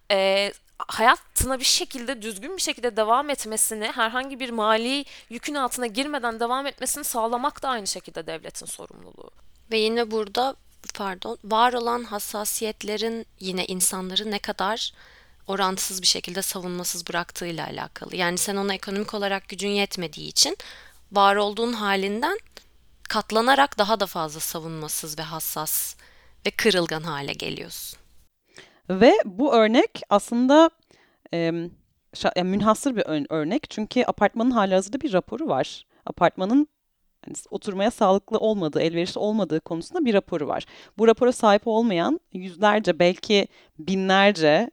e, hayatına bir şekilde düzgün bir şekilde devam etmesini, herhangi bir mali yükün altına girmeden devam etmesini sağlamak da aynı şekilde devletin sorumluluğu. Ve yine burada pardon var olan hassasiyetlerin yine insanları ne kadar orantısız bir şekilde savunmasız bıraktığıyla alakalı. Yani sen ona ekonomik olarak gücün yetmediği için var olduğun halinden katlanarak daha da fazla savunmasız ve hassas ve kırılgan hale geliyorsun. Ve bu örnek aslında em, şa- yani münhasır bir ön- örnek. Çünkü apartmanın halihazırda bir raporu var. Apartmanın hani oturmaya sağlıklı olmadığı, elverişli olmadığı konusunda bir raporu var. Bu rapora sahip olmayan yüzlerce, belki binlerce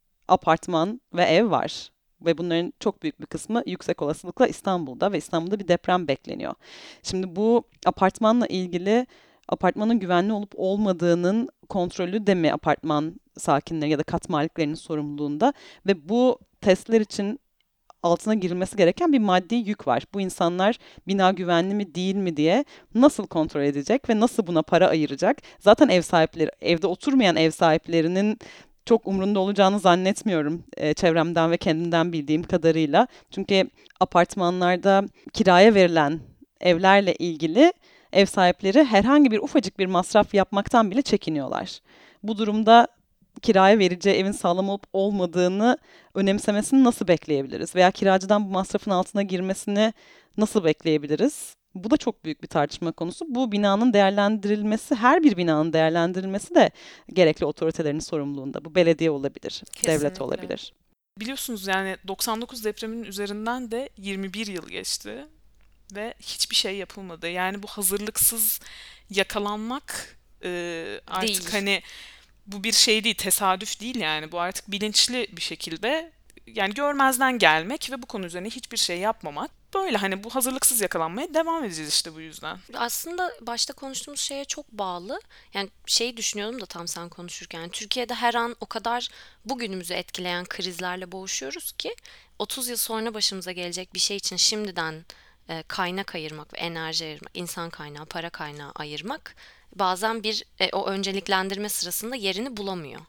apartman ve ev var. Ve bunların çok büyük bir kısmı yüksek olasılıkla İstanbul'da ve İstanbul'da bir deprem bekleniyor. Şimdi bu apartmanla ilgili apartmanın güvenli olup olmadığının kontrolü de mi apartman sakinleri ya da kat maliklerinin sorumluluğunda ve bu testler için altına girilmesi gereken bir maddi yük var. Bu insanlar bina güvenli mi değil mi diye nasıl kontrol edecek ve nasıl buna para ayıracak? Zaten ev sahipleri, evde oturmayan ev sahiplerinin çok umrunda olacağını zannetmiyorum e, çevremden ve kendimden bildiğim kadarıyla. Çünkü apartmanlarda kiraya verilen evlerle ilgili ev sahipleri herhangi bir ufacık bir masraf yapmaktan bile çekiniyorlar. Bu durumda kiraya vereceği evin sağlam olup olmadığını önemsemesini nasıl bekleyebiliriz? Veya kiracıdan bu masrafın altına girmesini nasıl bekleyebiliriz? Bu da çok büyük bir tartışma konusu. Bu binanın değerlendirilmesi, her bir binanın değerlendirilmesi de gerekli otoritelerin sorumluluğunda. Bu belediye olabilir, devlet Kesinlikle. olabilir. Biliyorsunuz yani doksan dokuz depreminin üzerinden de yirmi bir yıl geçti. ve hiçbir şey yapılmadı. Yani bu hazırlıksız yakalanmak e, artık Değil. hani bu bir şey değil, tesadüf değil yani. Bu artık bilinçli bir şekilde yani görmezden gelmek ve bu konu üzerine hiçbir şey yapmamak. Böyle hani bu hazırlıksız yakalanmaya devam edeceğiz işte bu yüzden. Aslında başta konuştuğumuz şeye çok bağlı. Yani şeyi düşünüyordum da tam sen konuşurken. Türkiye'de her an o kadar bugünümüzü etkileyen krizlerle boğuşuyoruz ki otuz yıl sonra başımıza gelecek bir şey için şimdiden e, kaynak ayırmak ve enerji ayırmak, insan kaynağı, para kaynağı ayırmak bazen bir e, o önceliklendirme sırasında yerini bulamıyor.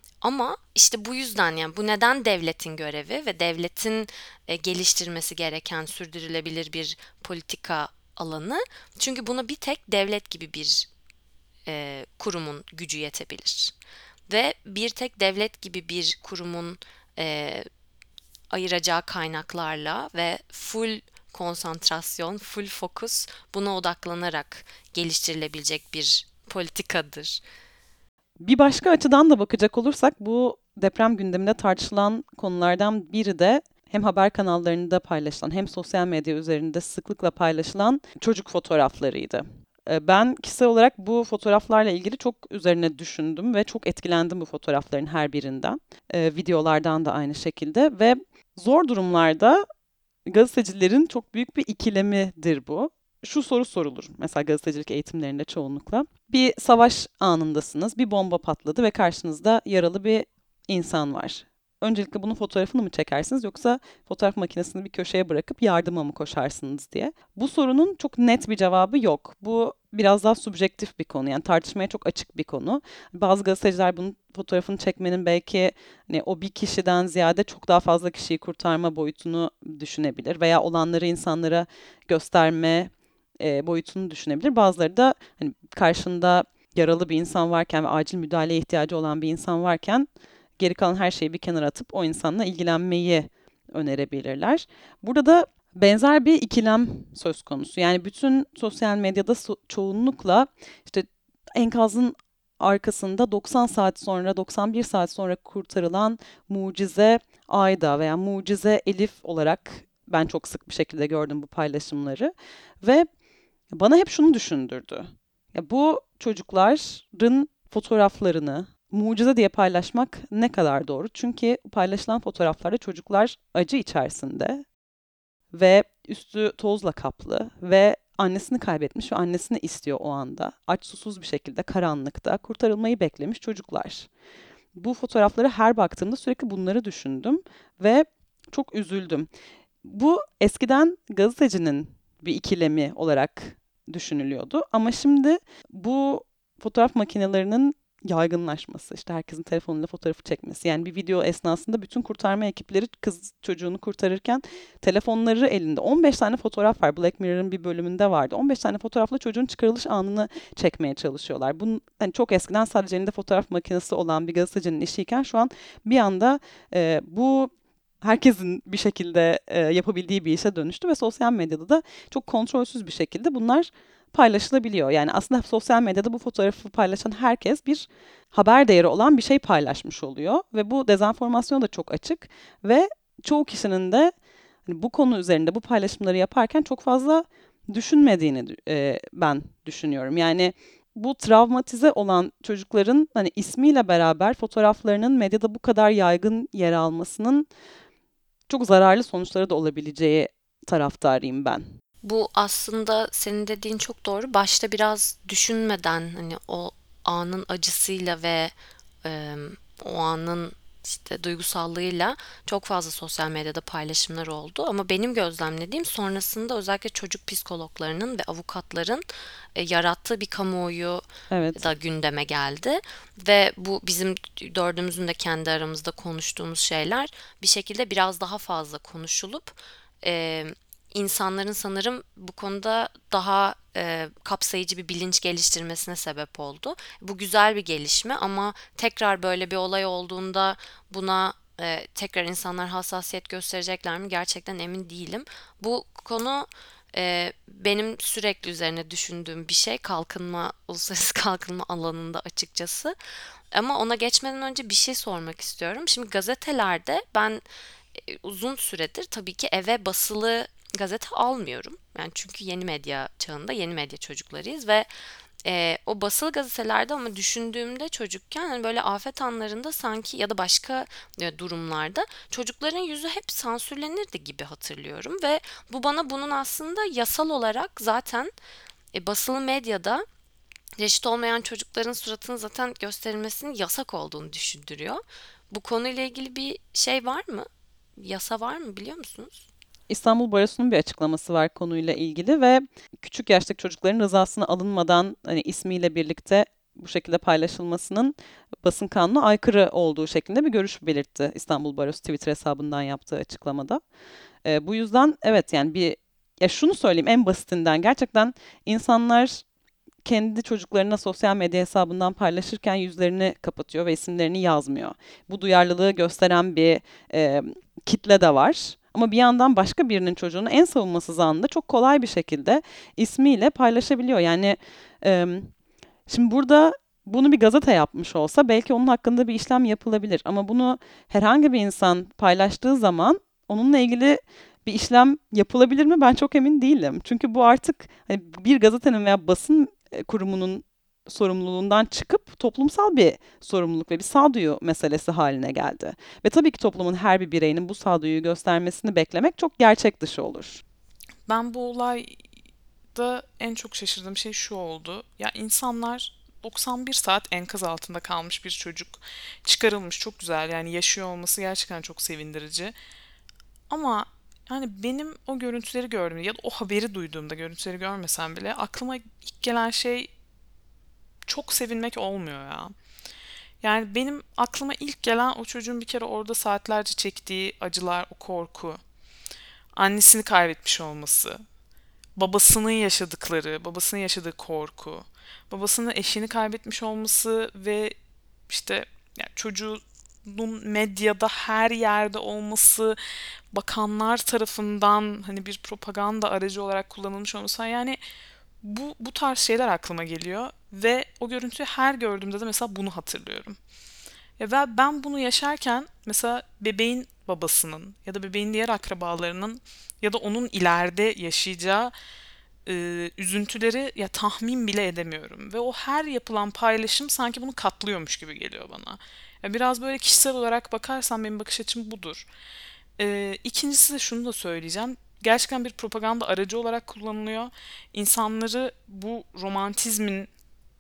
Ama işte bu yüzden yani bu neden devletin görevi ve devletin e, geliştirmesi gereken sürdürülebilir bir politika alanı. Çünkü buna bir tek devlet gibi bir e, kurumun gücü yetebilir. Ve bir tek devlet gibi bir kurumun e, ayıracağı kaynaklarla ve full konsantrasyon, full fokus buna odaklanarak geliştirilebilecek bir politikadır. Bir başka açıdan da bakacak olursak bu deprem gündeminde tartışılan konulardan biri de hem haber kanallarında paylaşılan hem sosyal medya üzerinde sıklıkla paylaşılan çocuk fotoğraflarıydı. Ee, Ben kişisel olarak bu fotoğraflarla ilgili çok üzerine düşündüm ve çok etkilendim bu fotoğrafların her birinden. Ee, videolardan da aynı şekilde ve zor durumlarda gazetecilerin çok büyük bir ikilemidir bu. Şu soru sorulur mesela gazetecilik eğitimlerinde çoğunlukla. Bir savaş anındasınız, bir bomba patladı ve karşınızda yaralı bir insan var. Öncelikle bunun fotoğrafını mı çekersiniz yoksa fotoğraf makinesini bir köşeye bırakıp yardıma mı koşarsınız diye. Bu sorunun çok net bir cevabı yok. Bu biraz daha subjektif bir konu yani tartışmaya çok açık bir konu. Bazı gazeteciler bunun fotoğrafını çekmenin belki hani o bir kişiden ziyade çok daha fazla kişiyi kurtarma boyutunu düşünebilir veya olanları insanlara gösterme e, boyutunu düşünebilir. Bazıları da hani karşında yaralı bir insan varken ve acil müdahaleye ihtiyacı olan bir insan varken geri kalan her şeyi bir kenara atıp o insanla ilgilenmeyi önerebilirler. Burada da benzer bir ikilem söz konusu. Yani bütün sosyal medyada so- çoğunlukla işte enkazın arkasında doksan saat sonra, doksan bir saat sonra kurtarılan mucize Ayda veya mucize Elif olarak ben çok sık bir şekilde gördüm bu paylaşımları ve bana hep şunu düşündürdü. Ya bu çocukların fotoğraflarını mucize diye paylaşmak ne kadar doğru? Çünkü paylaşılan fotoğraflarda çocuklar acı içerisinde ve üstü tozla kaplı ve annesini kaybetmiş ve annesini istiyor o anda. Aç susuz bir şekilde karanlıkta kurtarılmayı beklemiş çocuklar. Bu fotoğraflara her baktığımda sürekli bunları düşündüm ve çok üzüldüm. Bu eskiden gazetecinin bir ikilemi olarak düşünülüyordu. Ama şimdi bu fotoğraf makinelerinin yaygınlaşması, işte herkesin telefonuyla fotoğrafı çekmesi. Yani bir video esnasında bütün kurtarma ekipleri kız çocuğunu kurtarırken telefonları elinde. on beş tane fotoğraf var. Black Mirror'ın bir bölümünde vardı. on beş tane fotoğrafla çocuğun çıkarılış anını çekmeye çalışıyorlar. Bunun hani çok eskiden sadece elinde fotoğraf makinesi olan bir gazetecinin işiyken şu an bir anda e, bu herkesin bir şekilde e, yapabildiği bir işe dönüştü ve sosyal medyada da çok kontrolsüz bir şekilde bunlar paylaşılabiliyor. Yani aslında sosyal medyada bu fotoğrafı paylaşan herkes bir haber değeri olan bir şey paylaşmış oluyor ve bu dezenformasyon da çok açık ve çoğu kişinin de hani bu konu üzerinde bu paylaşımları yaparken çok fazla düşünmediğini e, ben düşünüyorum. Yani bu travmatize olan çocukların hani ismiyle beraber fotoğraflarının medyada bu kadar yaygın yer almasının çok zararlı sonuçları da olabileceği taraftarıyım ben. Bu aslında senin dediğin çok doğru. Başta biraz düşünmeden hani o anın acısıyla ve e, o anın işte duygusallığıyla çok fazla sosyal medyada paylaşımlar oldu. Ama benim gözlemlediğim sonrasında özellikle çocuk psikologlarının ve avukatların e, yarattığı bir kamuoyu Evet. da gündeme geldi. Ve bu bizim dördümüzün de kendi aramızda konuştuğumuz şeyler bir şekilde biraz daha fazla konuşulup e, insanların sanırım bu konuda daha e, kapsayıcı bir bilinç geliştirmesine sebep oldu. Bu güzel bir gelişme ama tekrar böyle bir olay olduğunda buna e, tekrar insanlar hassasiyet gösterecekler mi? Gerçekten emin değilim. Bu konu e, benim sürekli üzerine düşündüğüm bir şey kalkınma, uluslararası kalkınma alanında açıkçası. Ama ona geçmeden önce bir şey sormak istiyorum. Şimdi gazetelerde ben e, uzun süredir tabii ki eve basılı gazete almıyorum. Yani çünkü yeni medya çağında yeni medya çocuklarıyız ve e, o basılı gazetelerde ama düşündüğümde çocukken hani böyle afet anlarında sanki ya da başka e, durumlarda çocukların yüzü hep sansürlenirdi gibi hatırlıyorum ve bu bana bunun aslında yasal olarak zaten e, basılı medyada reşit olmayan çocukların suratının zaten gösterilmesinin yasak olduğunu düşündürüyor. Bu konuyla ilgili bir şey var mı? Yasa var mı biliyor musunuz? İstanbul Barosu'nun bir açıklaması var konuyla ilgili ve küçük yaştaki çocukların rızasına alınmadan hani ismiyle birlikte bu şekilde paylaşılmasının basın kanuna aykırı olduğu şeklinde bir görüş belirtti İstanbul Barosu Twitter hesabından yaptığı açıklamada. Ee, bu yüzden evet yani bir ya şunu söyleyeyim en basitinden gerçekten insanlar kendi çocuklarına sosyal medya hesabından paylaşırken yüzlerini kapatıyor ve isimlerini yazmıyor. Bu duyarlılığı gösteren bir e, kitle de var. Ama bir yandan başka birinin çocuğunu en savunmasız anında çok kolay bir şekilde ismiyle paylaşabiliyor. Yani e, şimdi burada bunu bir gazete yapmış olsa belki onun hakkında bir işlem yapılabilir. Ama bunu herhangi bir insan paylaştığı zaman onunla ilgili bir işlem yapılabilir mi? Ben çok emin değilim. Çünkü bu artık hani bir gazetenin veya basın e, kurumunun sorumluluğundan çıkıp toplumsal bir sorumluluk ve bir sağduyu meselesi haline geldi. Ve tabii ki toplumun her bir bireyinin bu sağduyuyu göstermesini beklemek çok gerçek dışı olur. Ben bu olayda en çok şaşırdığım şey şu oldu. Ya insanlar doksan bir saat enkaz altında kalmış bir çocuk çıkarılmış, çok güzel, yani yaşıyor olması gerçekten çok sevindirici. Ama yani benim o görüntüleri gördüğümde ya da o haberi duyduğumda, görüntüleri görmesem bile aklıma ilk gelen şey çok sevinmek olmuyor ya. Yani benim aklıma ilk gelen o çocuğun bir kere orada saatlerce çektiği acılar, o korku, annesini kaybetmiş olması, babasının yaşadıkları, babasının yaşadığı korku, babasının eşini kaybetmiş olması ve işte yani çocuğun medyada her yerde olması, bakanlar tarafından hani bir propaganda aracı olarak kullanılmış olması, yani bu bu tarz şeyler aklıma geliyor ve o görüntüyü her gördüğümde de mesela bunu hatırlıyorum. Ya ve ben bunu yaşarken mesela bebeğin babasının ya da bebeğin diğer akrabalarının ya da onun ileride yaşayacağı e, üzüntüleri ya tahmin bile edemiyorum. Ve o her yapılan paylaşım sanki bunu katlıyormuş gibi geliyor bana. Ya biraz böyle kişisel olarak bakarsam benim bakış açım budur. E, ikincisi de şunu da söyleyeceğim. Gerçekten bir propaganda aracı olarak kullanılıyor. İnsanları bu romantizmin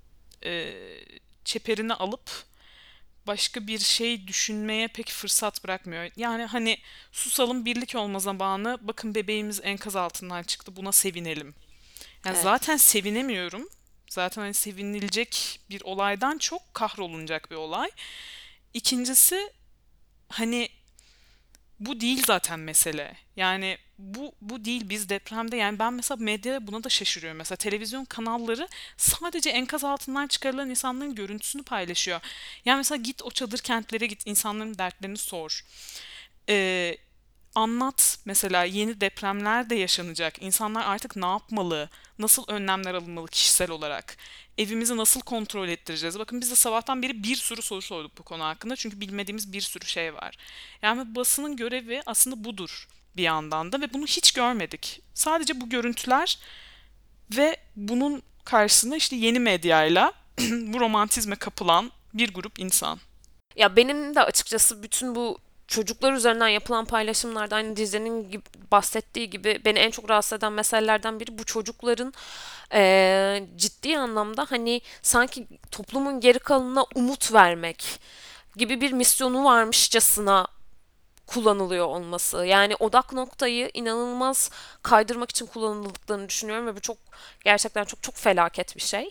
e, çeperini alıp başka bir şey düşünmeye pek fırsat bırakmıyor. Yani hani susalım, birlik olma zamanı, bakın bebeğimiz enkaz altından çıktı, buna sevinelim. Yani Evet. zaten sevinemiyorum. Zaten hani sevinilecek bir olaydan çok kahrolunacak bir olay. İkincisi hani bu değil zaten mesele. Yani bu bu değil, biz depremde, yani ben mesela medyada buna da şaşırıyorum. Mesela televizyon kanalları sadece enkaz altından çıkarılan insanların görüntüsünü paylaşıyor. Yani mesela git o çadır kentlere git, insanların dertlerini sor. Ee, Anlat mesela, yeni depremler de yaşanacak. İnsanlar artık ne yapmalı? Nasıl önlemler alınmalı kişisel olarak? Evimizi nasıl kontrol ettireceğiz? Bakın biz de sabahtan beri bir sürü soru sorduk bu konu hakkında. Çünkü bilmediğimiz bir sürü şey var. Yani basının görevi aslında budur bir yandan da ve bunu hiç görmedik. Sadece bu görüntüler ve bunun karşısında işte yeni medyayla bu romantizme kapılan bir grup insan. Ya benim de açıkçası bütün bu çocuklar üzerinden yapılan paylaşımlarda aynı Dicle'nin gibi, bahsettiği gibi beni en çok rahatsız eden meselelerden biri bu çocukların eee, ciddi anlamda hani sanki toplumun geri kalanına umut vermek gibi bir misyonu varmışçasına kullanılıyor olması. Yani odak noktayı inanılmaz kaydırmak için kullanıldıklarını düşünüyorum ve bu çok gerçekten çok çok felaket bir şey.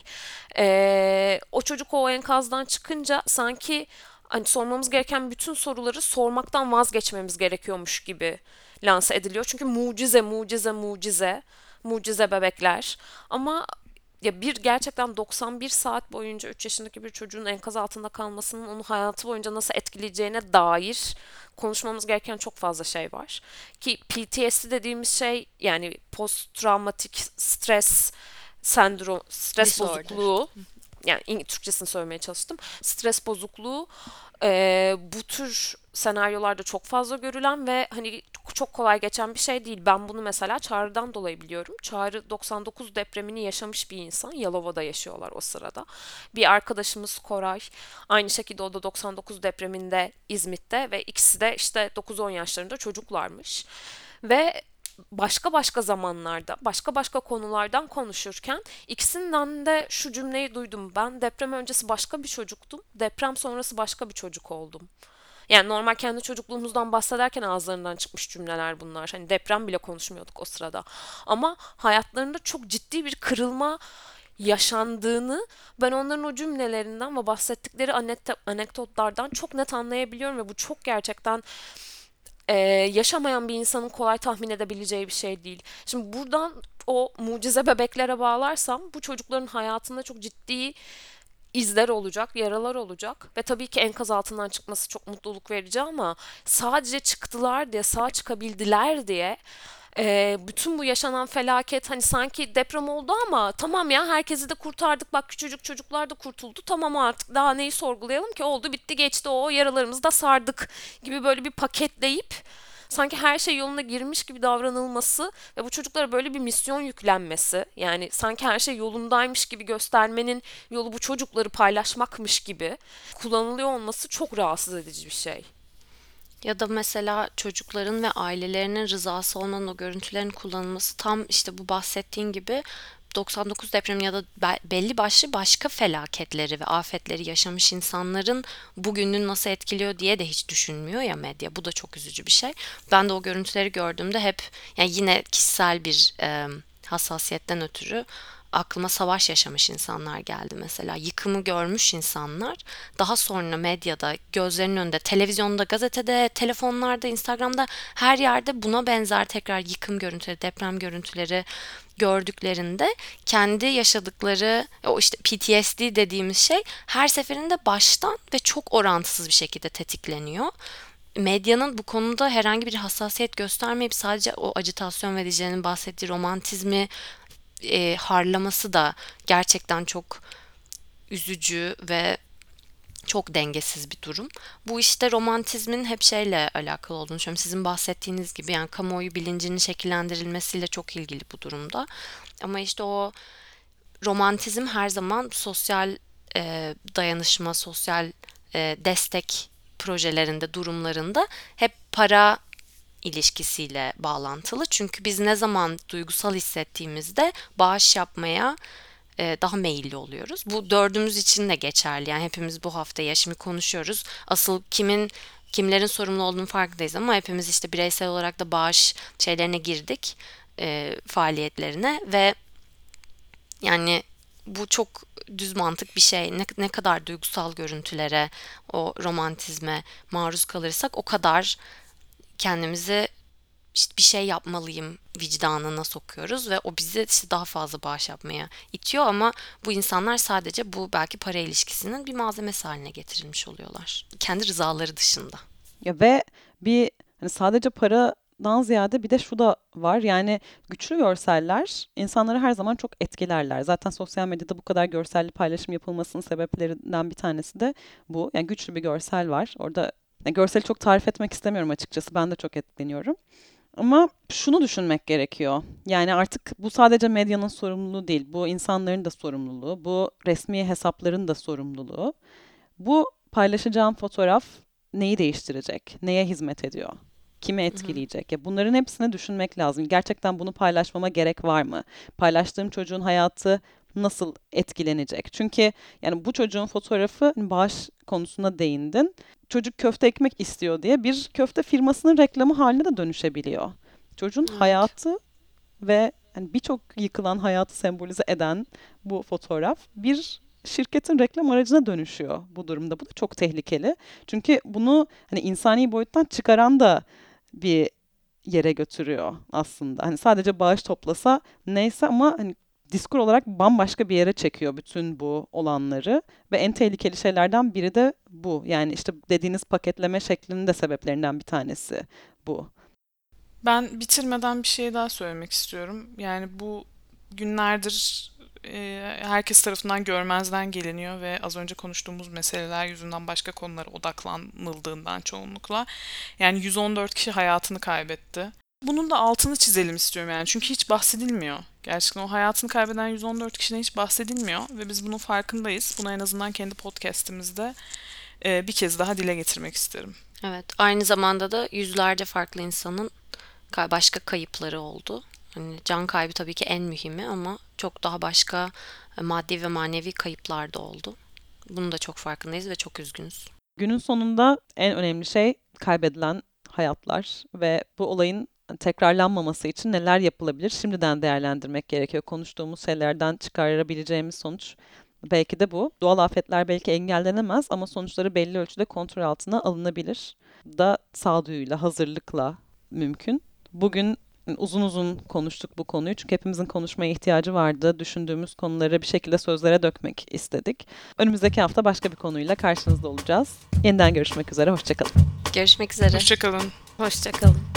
Ee, o çocuk o enkazdan çıkınca sanki hani sormamız gereken bütün soruları sormaktan vazgeçmemiz gerekiyormuş gibi lanse ediliyor. Çünkü mucize, mucize, mucize, mucize bebekler. Ama ya bir gerçekten doksan bir saat boyunca üç yaşındaki bir çocuğun enkaz altında kalmasının onu hayatı boyunca nasıl etkileyeceğine dair konuşmamız gereken çok fazla şey var. Ki P T S D dediğimiz şey yani post travmatik stres sendrom, stres Disorder. bozukluğu, yani İng- Türkçesini söylemeye çalıştım. Stres bozukluğu e, bu tür senaryolarda çok fazla görülen ve hani çok kolay geçen bir şey değil. Ben bunu mesela Çağrı'dan dolayı biliyorum. Çağrı doksan dokuz depremini yaşamış bir insan. Yalova'da yaşıyorlar o sırada. Bir arkadaşımız Koray aynı şekilde o da doksan dokuz depreminde İzmit'te ve ikisi de işte dokuz on yaşlarında çocuklarmış. Ve başka başka zamanlarda, başka başka konulardan konuşurken ikisinden de şu cümleyi duydum. Ben deprem öncesi başka bir çocuktum, deprem sonrası başka bir çocuk oldum. Yani normal kendi çocukluğumuzdan bahsederken ağızlarından çıkmış cümleler bunlar. Hani deprem bile konuşmuyorduk o sırada. Ama hayatlarında çok ciddi bir kırılma yaşandığını ben onların o cümlelerinden ve bahsettikleri anet- anekdotlardan çok net anlayabiliyorum ve bu çok gerçekten e, yaşamayan bir insanın kolay tahmin edebileceği bir şey değil. Şimdi buradan o mucize bebeklere bağlarsam bu çocukların hayatında çok ciddi izler olacak, yaralar olacak ve tabii ki enkaz altından çıkması çok mutluluk verici ama sadece çıktılar diye, sağ çıkabildiler diye e, bütün bu yaşanan felaket hani sanki deprem oldu ama tamam ya herkesi de kurtardık bak küçücük çocuklar da kurtuldu tamam artık daha neyi sorgulayalım ki oldu bitti geçti o yaralarımızı da sardık gibi böyle bir paketleyip sanki her şey yoluna girmiş gibi davranılması ve bu çocuklara böyle bir misyon yüklenmesi yani sanki her şey yolundaymış gibi göstermenin yolu bu çocukları paylaşmakmış gibi kullanılıyor olması çok rahatsız edici bir şey. Ya da mesela çocukların ve ailelerinin rızası olmadan o görüntülerin kullanılması tam işte bu bahsettiğin gibi doksan dokuz depremi ya da be- belli başlı başka felaketleri ve afetleri yaşamış insanların bugününü nasıl etkiliyor diye de hiç düşünmüyor ya medya. Bu da çok üzücü bir şey. Ben de o görüntüleri gördüğümde hep yani yine kişisel bir e, hassasiyetten ötürü aklıma savaş yaşamış insanlar geldi mesela. Yıkımı görmüş insanlar daha sonra medyada, gözlerinin önünde, televizyonda, gazetede, telefonlarda, Instagram'da her yerde buna benzer tekrar yıkım görüntüleri, deprem görüntüleri gördüklerinde kendi yaşadıkları o işte P T S D dediğimiz şey her seferinde baştan ve çok orantısız bir şekilde tetikleniyor. Medyanın bu konuda herhangi bir hassasiyet göstermeyip sadece o ajitasyon ve Dicle'nin bahsettiği romantizmi e, harlaması da gerçekten çok üzücü ve çok dengesiz bir durum. Bu işte romantizmin hep şeyle alakalı olduğunu düşünüyorum. Sizin bahsettiğiniz gibi yani kamuoyu bilincinin şekillendirilmesiyle çok ilgili bu durumda. Ama işte o romantizm her zaman sosyal e, dayanışma, sosyal e, destek projelerinde, durumlarında hep para ilişkisiyle bağlantılı. Çünkü biz ne zaman duygusal hissettiğimizde bağış yapmaya e, daha meyilli oluyoruz. Bu dördümüz için de geçerli. Yani hepimiz bu hafta ya şimdi konuşuyoruz. Asıl kimin kimlerin sorumlu olduğunu farkındayız ama hepimiz işte bireysel olarak da bağış şeylerine girdik, e, faaliyetlerine ve yani bu çok düz mantık bir şey. Ne, ne kadar duygusal görüntülere, o romantizme maruz kalırsak o kadar kendimizi işte bir şey yapmalıyım vicdanına sokuyoruz ve o bizi işte daha fazla bağış yapmaya itiyor ama bu insanlar sadece bu belki para ilişkisinin bir malzemesi haline getirilmiş oluyorlar. Kendi rızaları dışında. Ya ve bir hani sadece paradan ziyade bir de şu da var. Yani güçlü görseller insanları her zaman çok etkilerler. Zaten sosyal medyada bu kadar görselli paylaşım yapılmasının sebeplerinden bir tanesi de bu. Yani güçlü bir görsel var. Orada yani görseli çok tarif etmek istemiyorum açıkçası. Ben de çok etkileniyorum. Ama şunu düşünmek gerekiyor. Yani artık bu sadece medyanın sorumluluğu değil. Bu insanların da sorumluluğu. Bu resmi hesapların da sorumluluğu. Bu paylaşacağım fotoğraf neyi değiştirecek? Neye hizmet ediyor? Kimi Hı hı. etkileyecek? Ya bunların hepsini düşünmek lazım. Gerçekten bunu paylaşmama gerek var mı? Paylaştığım çocuğun hayatı nasıl etkilenecek? Çünkü yani bu çocuğun fotoğrafı hani bağış konusuna değindin. Çocuk köfte ekmek istiyor diye bir köfte firmasının reklamı haline de dönüşebiliyor. Çocuğun Evet. hayatı ve hani birçok yıkılan hayatı sembolize eden bu fotoğraf bir şirketin reklam aracına dönüşüyor bu durumda. Bu da çok tehlikeli. Çünkü bunu hani insani boyuttan çıkaran da bir yere götürüyor aslında. Hani sadece bağış toplasa neyse ama hani diskur olarak bambaşka bir yere çekiyor bütün bu olanları ve en tehlikeli şeylerden biri de bu. Yani işte dediğiniz paketleme şeklinin de sebeplerinden bir tanesi bu. Ben bitirmeden bir şey daha söylemek istiyorum. Yani bu günlerdir e, herkes tarafından görmezden geliniyor ve az önce konuştuğumuz meseleler yüzünden başka konulara odaklanıldığından çoğunlukla. Yani yüz on dört kişi hayatını kaybetti. Bunun da altını çizelim istiyorum yani. Çünkü hiç bahsedilmiyor. Gerçekten o hayatını kaybeden yüz on dört kişiden hiç bahsedilmiyor ve biz bunun farkındayız. Bunu en azından kendi podcast'imizde e, bir kez daha dile getirmek isterim. Evet, aynı zamanda da yüzlerce farklı insanın ka- başka kayıpları oldu. Hani can kaybı tabii ki en mühimi ama çok daha başka e, maddi ve manevi kayıplar da oldu. Bunun da çok farkındayız ve çok üzgünüz. Günün sonunda en önemli şey kaybedilen hayatlar ve bu olayın tekrarlanmaması için neler yapılabilir? Şimdiden değerlendirmek gerekiyor. Konuştuğumuz şeylerden çıkarabileceğimiz sonuç belki de bu. Doğal afetler belki engellenemez ama sonuçları belli ölçüde kontrol altına alınabilir. Bu da sağduyuyla, hazırlıkla mümkün. Bugün uzun uzun konuştuk bu konuyu çünkü hepimizin konuşmaya ihtiyacı vardı. Düşündüğümüz konuları bir şekilde sözlere dökmek istedik. Önümüzdeki hafta başka bir konuyla karşınızda olacağız. Yeniden görüşmek üzere, hoşça kalın. Görüşmek üzere. Hoşça kalın. Hoşça kalın.